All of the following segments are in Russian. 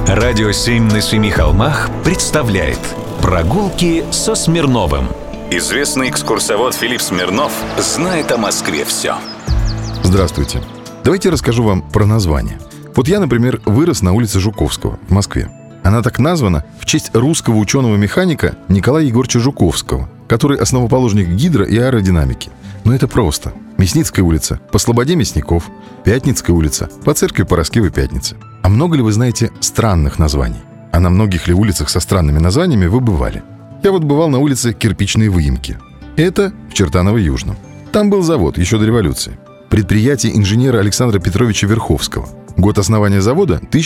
Радио 7 на семи холмах представляет «Прогулки со Смирновым». Известный экскурсовод Филипп Смирнов знает о Москве все. Здравствуйте. Давайте расскажу вам про название. Вот я, например, вырос на улице Жуковского в Москве. Она так названа в честь русского ученого-механика Николая Егоровича Жуковского, который основоположник гидро- и аэродинамики. Но это просто. Мясницкая улица по Слободе Мясников, Пятницкая улица по церкви Параскевой Пятницы. А много ли вы знаете странных названий? А на многих ли улицах со странными названиями вы бывали? Я вот бывал на улице Кирпичные выемки. Это в Чертаново-Южном. Там был завод еще до революции. Предприятие инженера Александра Петровича Верховского. Год основания завода –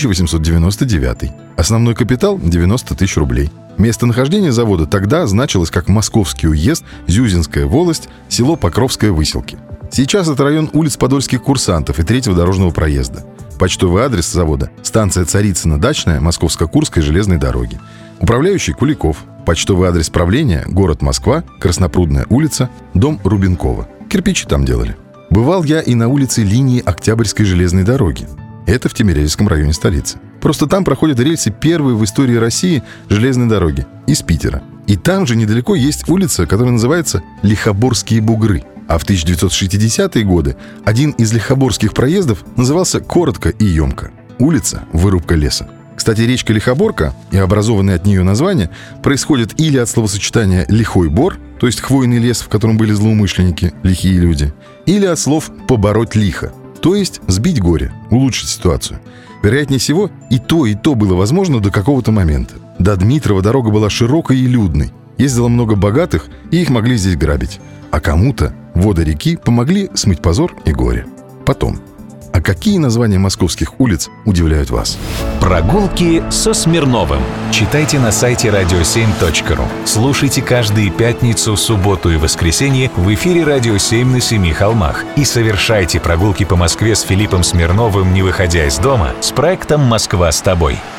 1899. Основной капитал – 90 тысяч рублей. Местонахождение завода тогда значилось как Московский уезд, Зюзинская волость, село Покровское Выселки. Сейчас это район улиц Подольских курсантов и Третьего дорожного проезда. Почтовый адрес завода – станция Царицыно-Дачная Московско-Курской железной дороги. Управляющий Куликов. Почтовый адрес правления – город Москва, Краснопрудная улица, дом Рубенкова. Кирпичи там делали. Бывал я и на улице линии Октябрьской железной дороги. Это в Тимирязевском районе столицы. Просто там проходят рельсы первой в истории России железной дороги из Питера. И там же недалеко есть улица, которая называется Лихоборские бугры. А в 1960-е годы один из лихоборских проездов назывался коротко и емко – улица Вырубка леса. Кстати, речка Лихоборка и образованное от нее название происходят или от словосочетания «лихой бор», то есть хвойный лес, в котором были злоумышленники, лихие люди, или от слов «побороть лихо», то есть сбить горе, улучшить ситуацию. Вероятнее всего, и то было возможно до какого-то момента. До Дмитрова дорога была широкой и людной. Ездило много богатых, и их могли здесь грабить. А кому-то воды реки помогли смыть позор и горе. Потом. А какие названия московских улиц удивляют вас? «Прогулки со Смирновым». Читайте на сайте radio7.ru. Слушайте каждые пятницу, субботу и воскресенье в эфире «Радио 7 на семи холмах». И совершайте прогулки по Москве с Филиппом Смирновым, не выходя из дома, с проектом «Москва с тобой».